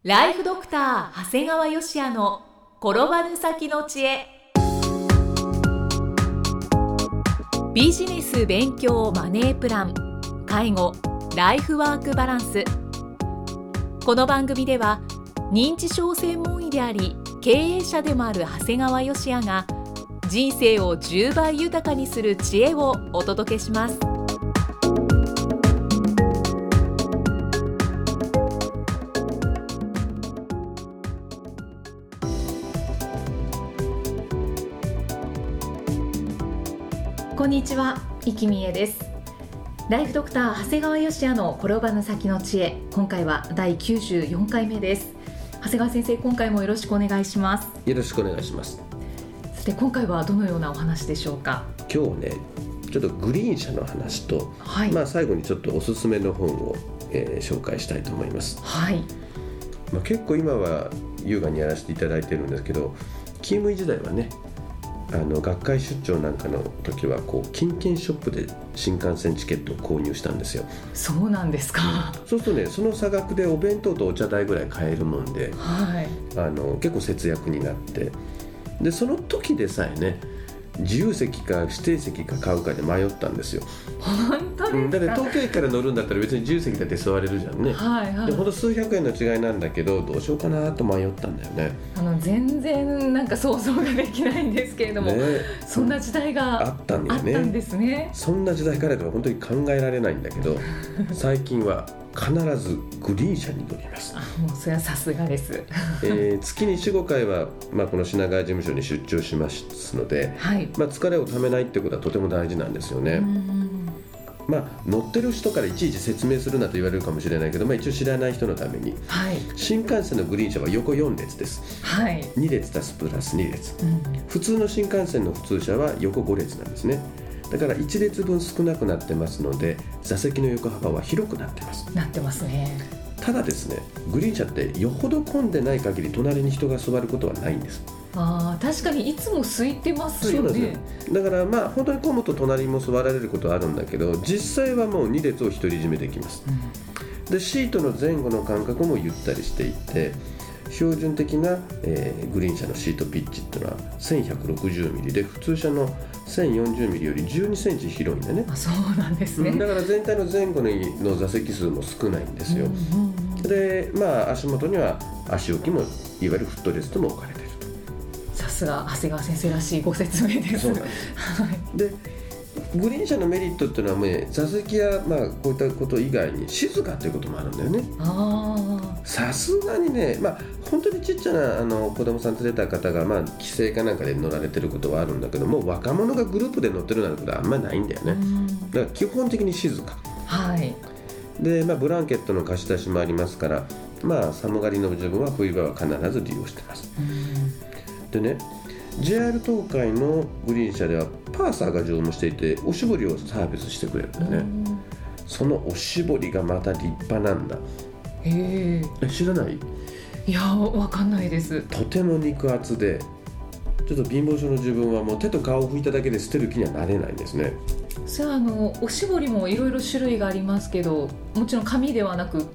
ライフドクター長谷川芳也の転ばぬ先の知恵。ビジネス勉強マネープラン、介護、ライフワークバランス。この番組では認知症専門医であり経営者でもある長谷川芳也が人生を10倍豊かにする知恵をお届けします。こんにちは、生きみえです。ライフドクター長谷川芳也の転ばぬ先の知恵、今回は第94回目です。長谷川先生、今回もよろしくお願いします。 よろしくお願いします。 さて、今回はどのようなお話でしょうか。 今日ね、ちょっとグリーン車の話と、最後にちょっとおすすめの本を、紹介したいと思います。結構今は優雅にやらせていただいてるんですけど、勤務医時代はね、学会出張なんかの時は金券ショップで新幹線チケットを購入したんですよ。 そうなんですか。 そうするとね、その差額でお弁当とお茶代ぐらい買えるもんで、結構節約になって、でその時でさえね、自由席か指定席か買うかで迷ったんですよ。 本当ですか。 だって東京駅から乗るんだったら別に自由席だって座れるじゃんね。でほんと数百円の違いなんだけど、どうしようかなと迷ったんだよね。 全然なんか想像ができないんですけれども、そんな時代があったんですね。 そんな時代からでは本当に考えられないんだけど最近は必ずグリーン車に乗ります。 もうそれはさすがです。 月に 4,5 回は、この品川事務所に出張しますので、疲れをためないってことはとても大事なんですよね。乗ってる人からいちいち説明するなと言われるかもしれないけど、一応知らない人のために、新幹線のグリーン車は横4列です。2列足すプラス2列、普通の新幹線の普通車は横5列なんですね。だから1列分少なくなってますので、座席の横幅は広くなってます。 なってますね。ただですね、グリーン車ってよほど混んでない限り隣に人が座ることはないんです。 確かにいつも空いてますよね。 そうなんですよ。だから本当に混むと隣も座られることはあるんだけど、実際はもう2列を独り占めできます。でシートの前後の間隔もゆったりしていて、標準的な、グリーン車のシートピッチっていうのは 1160mm で、普通車の 1040mm より12センチ広いんだね。 そうなんですね。 だから全体の前後の座席数も少ないんですよ。で足元には足置きもいわゆるフットレストも置かれていると。 さすが長谷川先生らしいご説明です。 そうなんですでグリーン車のメリットっていうのは、座席やこういったこと以外に静かということもあるんだよね。さすがにね、本当にちっちゃな子供さん連れた方が、帰省かなんかで乗られてることはあるんだけども、若者がグループで乗ってるなんてことはあんまりないんだよね。だから基本的に静か。で、ブランケットの貸し出しもありますから、寒がりの自分は冬場は必ず利用してます。でね、JR 東海のグリーン車ではパーサーが乗務していて、おしぼりをサービスしてくれるんだよね。そのおしぼりがまた立派なんだ。知らない？ いや、わかんないです。 とても肉厚で、ちょっと貧乏症の自分はもう手と顔を拭いただけで捨てる気にはなれないんですね。 それはおしぼりもいろいろ種類がありますけど、もちろん紙ではなくって、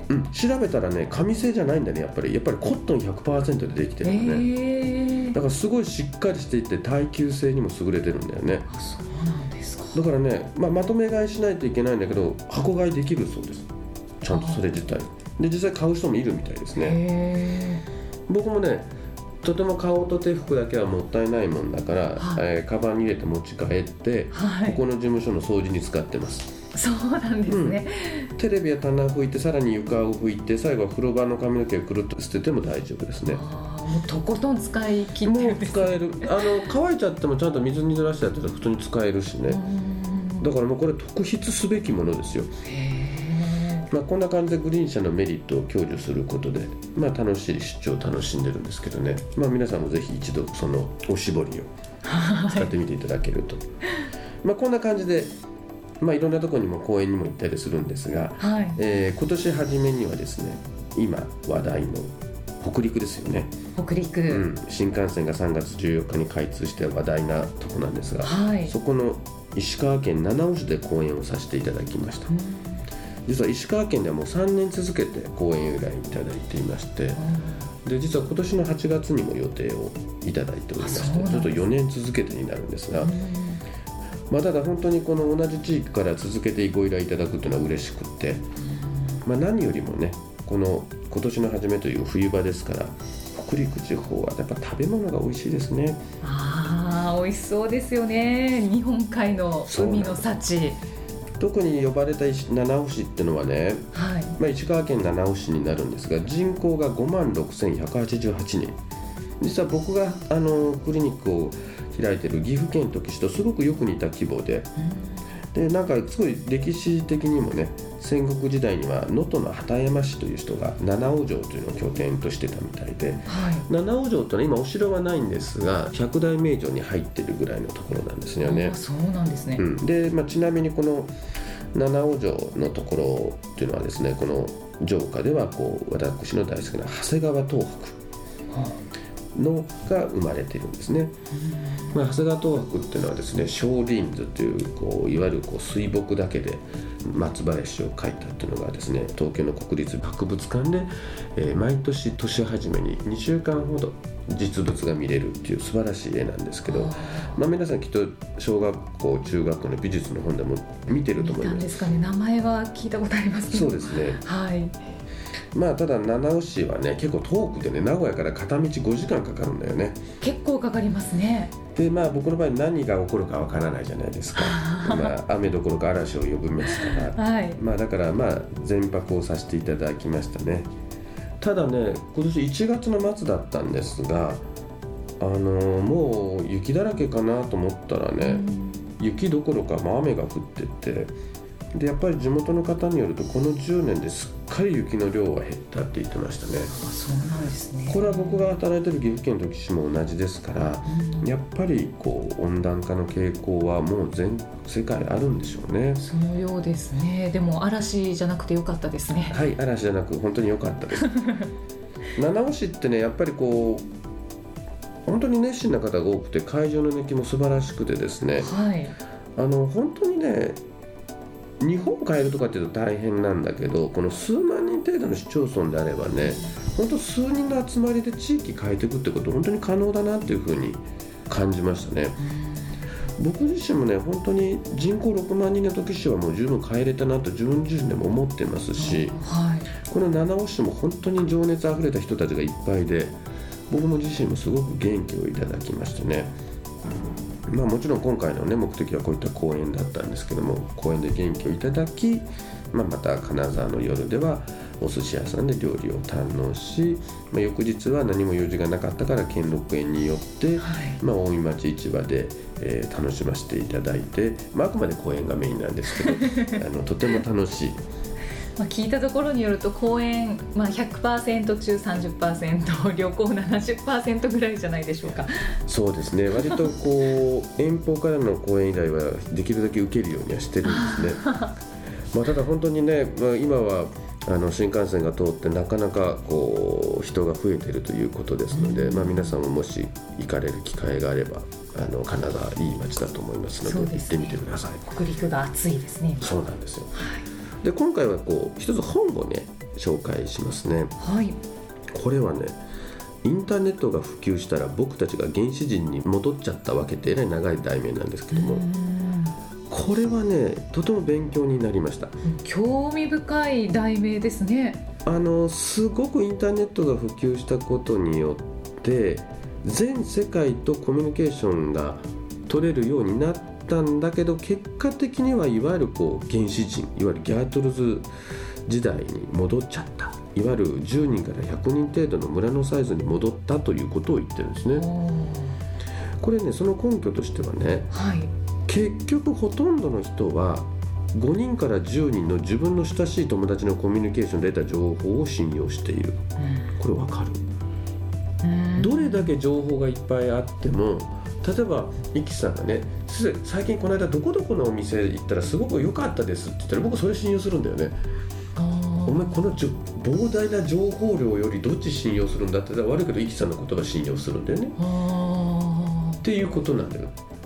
調べたらね、紙製じゃないんだね。やっぱりコットン 100% でできてるのね。だからすごいしっかりしていて耐久性にも優れてるんだよね。 そうなんですか。 だからね、まとめ買いしないといけないんだけど、箱買いできるそうです。ちゃんとそれ自体で実際買う人もいるみたいですね。僕もね、とても顔と手拭くだけはもったいないもんだから、カバンに入れて持ち帰って、ここの事務所の掃除に使ってます。 そうなんですね。 テレビや棚拭いて、さらに床を拭いて、最後は風呂場の髪の毛をくるっと捨てても大丈夫ですね。 もうとことん使い切ってるんですね。 もう使える。乾いちゃってもちゃんと水に濡らしてやったら普通に使えるしね。だからもうこれ特筆すべきものですよ。こんな感じでグリーン車のメリットを享受することで、楽しい出張を楽しんでるんですけどね。皆さんもぜひ一度そのおしぼりを使ってみていただけると。こんな感じで、いろんなところにも公園にも行ったりするんですが、今年初めにはですね、今話題の北陸ですよね。 北陸、 新幹線が3月14日に開通して話題なとこなんですが、そこの石川県七尾市で講演をさせていただきました。 実は石川県ではもう3年続けて講演依頼いただいていまして、で実は今年の8月にも予定をいただいておりまして、ちょっと4年続けてになるんですが、ただ本当にこの同じ地域から続けてご依頼いただくというのは嬉しくって、何よりもね、この今年の初めという冬場ですから、北陸地方はやっぱ食べ物が美味しいですね。 美味しそうですよね。日本海の海の幸。 特に呼ばれた七尾市っていうのはね、石川県七尾市になるんですが、人口が56,188人。実は僕がクリニックを開いている岐阜県土岐市とすごくよく似た規模で、なんかすごい歴史的にもね、戦国時代には能登の畑山市という人が七尾城というのを拠点としてたみたいで、七尾城というのは今お城はないんですが、百大名城に入ってるぐらいのところなんですよね。 そうなんですね。 で、ちなみにこの七尾城のところっていうのはですね、この城下では私の大好きな長谷川東博が生まれているんですね。長谷川東博っていうのはですね、少林図といういわゆる水墨だけで松林を描いたっていうのがですね、東京の国立博物館で、毎年年始めに2週間ほど実物が見れるっていう素晴らしい絵なんですけど、皆さんきっと小学校中学校の美術の本でも見てると思います。 見たんですかね。名前は聞いたことありますけど。 そうですね。ただ七尾市はね、結構遠くでね、名古屋から片道5時間かかるんだよね。 結構かかりますね。 で僕の場合何が起こるかわからないじゃないですか。雨どころか嵐を呼ぶますから、だから全泊をさせていただきましたね。ただね、今年1月の末だったんですが、もう雪だらけかなと思ったらね、雪どころか雨が降ってて、でやっぱり地元の方によると、この10年ですっかり雪の量が減ったって言ってましたね。 そうなんですね。 これは僕が働いてる岐阜県土岐市も同じですから、やっぱり温暖化の傾向はもう全世界あるんでしょうね。 そのようですね。でも嵐じゃなくてよかったですね。 はい、嵐じゃなく本当によかったです七尾市ってね、やっぱり本当に熱心な方が多くて、会場の熱気も素晴らしくてですね、本当にね、日本を変えるとかっていうと大変なんだけど、この数万人程度の市町村であればね、本当数人の集まりで地域変えていくってこと本当に可能だなっていうふうに感じましたね。僕自身もね、本当に人口6万人の土岐市はもう十分変えれたなと自分自身でも思ってますし、この七尾市も本当に情熱あふれた人たちがいっぱいで、僕も自身もすごく元気をいただきましてね。もちろん今回の、目的はこういった講演だったんですけども、講演で元気をいただき、また金沢の夜ではお寿司屋さんで料理を堪能し、翌日は何も用事がなかったから兼六園に寄って、大井町市場で、楽しませていただいて、あくまで講演がメインなんですけどとても楽しい。 聞いたところによると、講演、100% 中 30%、 旅行 70% ぐらいじゃないでしょうか。 そうですね。割と遠方からの講演依頼はできるだけ受けるようにはしてるんですねただ本当にね、今は新幹線が通ってなかなか人が増えているということですので、皆さんももし行かれる機会があれば、金沢いい街だと思いますので、行ってみてください。 北陸が暑いですね。 そうなんですよ。で今回は一つ本をね紹介しますね。これはね、インターネットが普及したら僕たちが原始人に戻っちゃったわけってえらい長い題名なんですけども、これはねとても勉強になりました。 興味深い題名ですね。 すごくインターネットが普及したことによって全世界とコミュニケーションが取れるようになったんだけど、結果的にはいわゆる原始人、いわゆるギャートルズ時代に戻っちゃった、いわゆる10人から100人程度の村のサイズに戻ったということを言ってるんですね。これね、その根拠としてはね、結局ほとんどの人は5人から10人の自分の親しい友達のコミュニケーションで得た情報を信用している。これわかる？どれだけ情報がいっぱいあっても、例えばイキさんがね、最近この間どこどこのお店行ったらすごく良かったですって言ったら、僕それ信用するんだよね。お前この膨大な情報量よりどっち信用するんだって言ったら、悪いけどイキさんの言葉信用するんだよねっていうことなんだよ。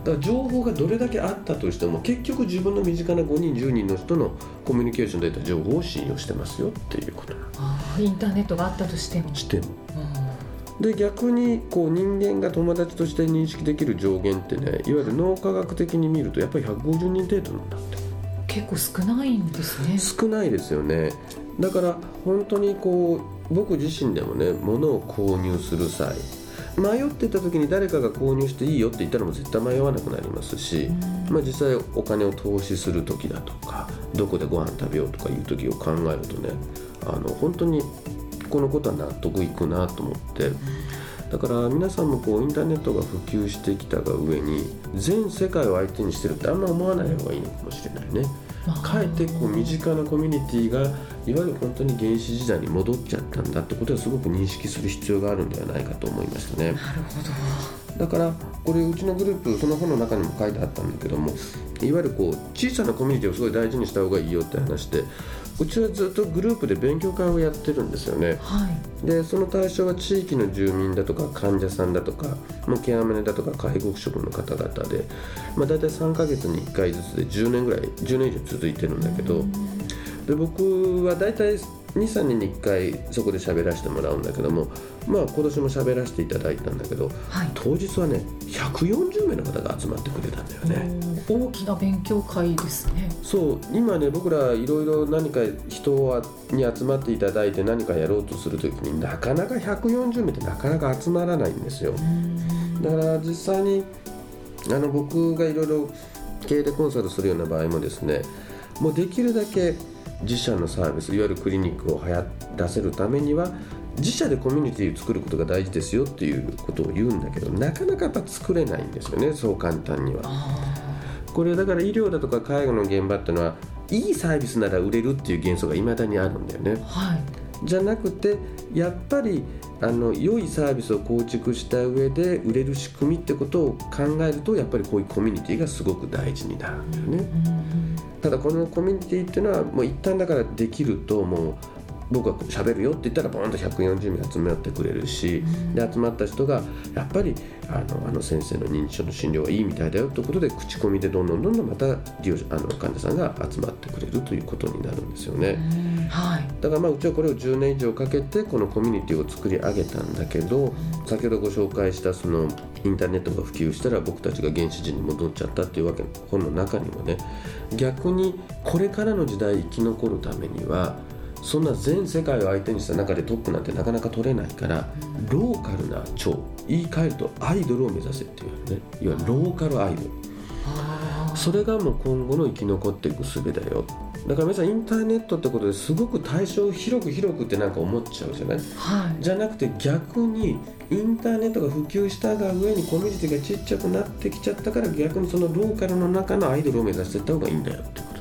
だから情報がどれだけあったとしても結局自分の身近な5人10人の人のコミュニケーションで得た情報を信用してますよっていうことインターネットがあったとしてもで逆にこう人間が友達として認識できる上限ってね、いわゆる脳科学的に見るとやっぱり150人程度なんだって。 結構少ないんですね。 少ないですよね。だから本当にこう僕自身でもね、物を購入する際迷ってた時に誰かが購入していいよって言ったらもう絶対迷わなくなりますし、実際お金を投資する時だとかどこでご飯食べようとかいう時を考えるとね、本当にこのことは納得いくなと思って、だから皆さんもこうインターネットが普及してきたが上に全世界を相手にしてるってあんま思わない方がいいのかもしれないね。かえってこう身近なコミュニティがいわゆる本当に原始時代に戻っちゃったんだってことはすごく認識する必要があるんではないかと思いましたね。 なるほど。 だからこれうちのグループその本の中にも書いてあったんだけども、いわゆるこう小さなコミュニティをすごい大事にした方がいいよって話で、うちはずっとグループで勉強会をやってるんですよね、でその対象は地域の住民だとか患者さんだとかケアマネだとか介護職の方々で、だいたい3ヶ月に1回ずつで10年以上続いてるんだけど、で僕はだいたい 2,3 年に1回そこで喋らせてもらうんだけども、今年も喋らせていただいたんだけど、当日はね140名の方が集まってくれたんだよね。 大きな勉強会ですね。 そう今ね僕らいろいろ何か人に集まっていただいて何かやろうとするときになかなか140名ってなかなか集まらないんですよ。だから実際に僕がいろいろ経営でコンサルするような場合もですね、もうできるだけ自社のサービスいわゆるクリニックを出せるためには自社でコミュニティを作ることが大事ですよっていうことを言うんだけど、なかなかやっぱ作れないんですよね、そう簡単には。これだから医療だとか介護の現場っていうのはいいサービスなら売れるっていう幻想が未だにあるんだよね、じゃなくてやっぱり良いサービスを構築した上で売れる仕組みってことを考えるとやっぱりこういうコミュニティがすごく大事になるんだよね。ただこのコミュニティっていうのはもう一旦だからできるともう僕が喋るよって言ったらボーンと140名集まってくれるし、で集まった人がやっぱり先生の認知症の診療はいいみたいだよということで口コミでどんどんまた患者さんが集まってくれるということになるんですよね。だからうちはこれを10年以上かけてこのコミュニティを作り上げたんだけど、先ほどご紹介したそのインターネットが普及したら僕たちが原始人に戻っちゃったっていうわけの本の中にもね、逆にこれからの時代生き残るためにはそんな全世界を相手にした中でトップなんてなかなか取れないから、ローカルな言い換えるとアイドルを目指せっていうね、いわゆるローカルアイドル、それがもう今後の生き残っていく術だよ。だから皆さんインターネットってことですごく対象を広くってなんか思っちゃうじゃない、じゃなくて逆にインターネットが普及したが上にコミュニティがちっちゃくなってきちゃったから、逆にそのローカルの中のアイドルを目指していった方がいいんだよってこと。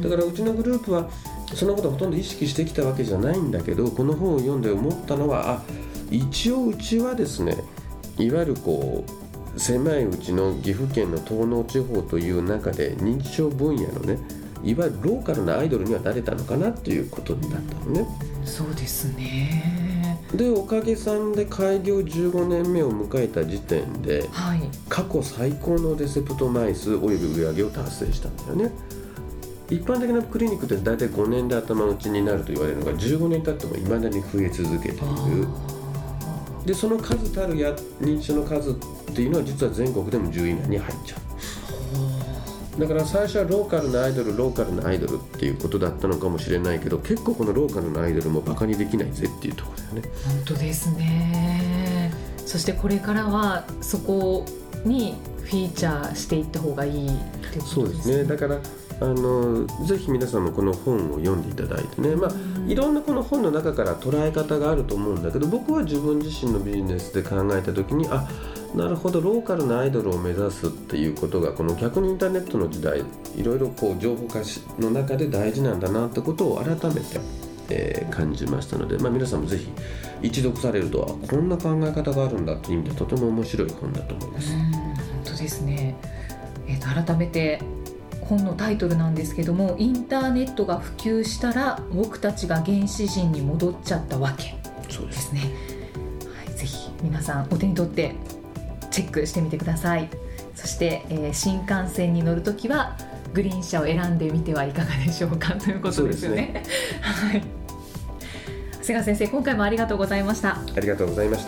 だからうちのグループはそのことはほとんど意識してきたわけじゃないんだけど、この本を読んで思ったのは一応うちはですね、いわゆるこう狭いうちの岐阜県の東濃地方という中で認知症分野のね、いわゆるローカルなアイドルにはなれたのかなっていうことになったのね。 そうですね。 でおかげさんで開業15年目を迎えた時点で、過去最高のレセプト枚数および売り上げを達成したんだよね。一般的なクリニックって大体5年で頭打ちになると言われるのが15年経っても未だに増え続けている。でその数たる認知症の数っていうのは実は全国でも10位以内に入っちゃう。だから最初はローカルなアイドルっていうことだったのかもしれないけど、結構このローカルなアイドルもバカにできないぜっていうところだよね。 本当ですね。そしてこれからはそこにフィーチャーしていった方がいいっていうことですね。 そうですね。だからぜひ皆さんもこの本を読んでいただいてね、いろんなこの本の中から捉え方があると思うんだけど、僕は自分自身のビジネスで考えた時になるほどローカルなアイドルを目指すっていうことがこの逆にインターネットの時代いろいろこう情報化の中で大事なんだなってことを改めて、感じましたので、皆さんもぜひ一読されるとこんな考え方があるんだという意味でとても面白い本だと思います。 本当ですね。改めて本のタイトルなんですけども、インターネットが普及したら僕たちが原始人に戻っちゃったわけですね。ぜひ皆さんお手に取ってチェックしてみてください。 そして、新幹線に乗るときはグリーン車を選んでみてはいかがでしょうかということですよね。はい、長谷川先生、今回もありがとうございました。 ありがとうございました。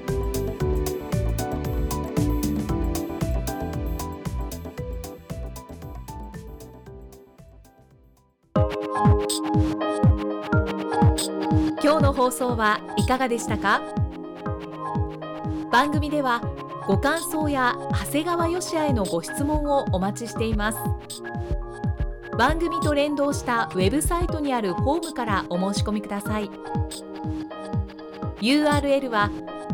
今日の放送はいかがでしたか？番組ではご感想や長谷川芳也へのご質問をお待ちしています。番組と連動したウェブサイトにあるフォームからお申し込みください。 URL は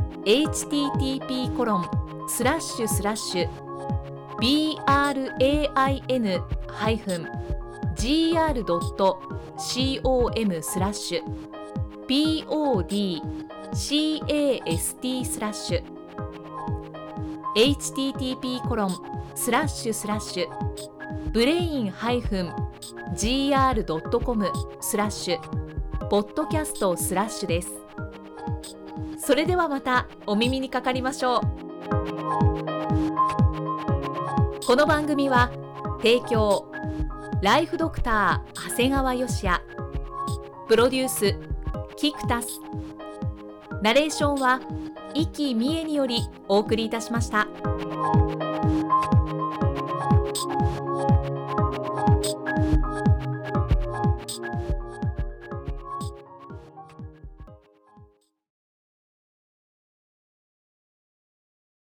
http://brain-gr.com/podcast/ です。それではまたお耳にかかりましょう。この番組は提供ライフドクター長谷川芳也、プロデュースキクタス、ナレーションは生きみえによりお送りいたしました。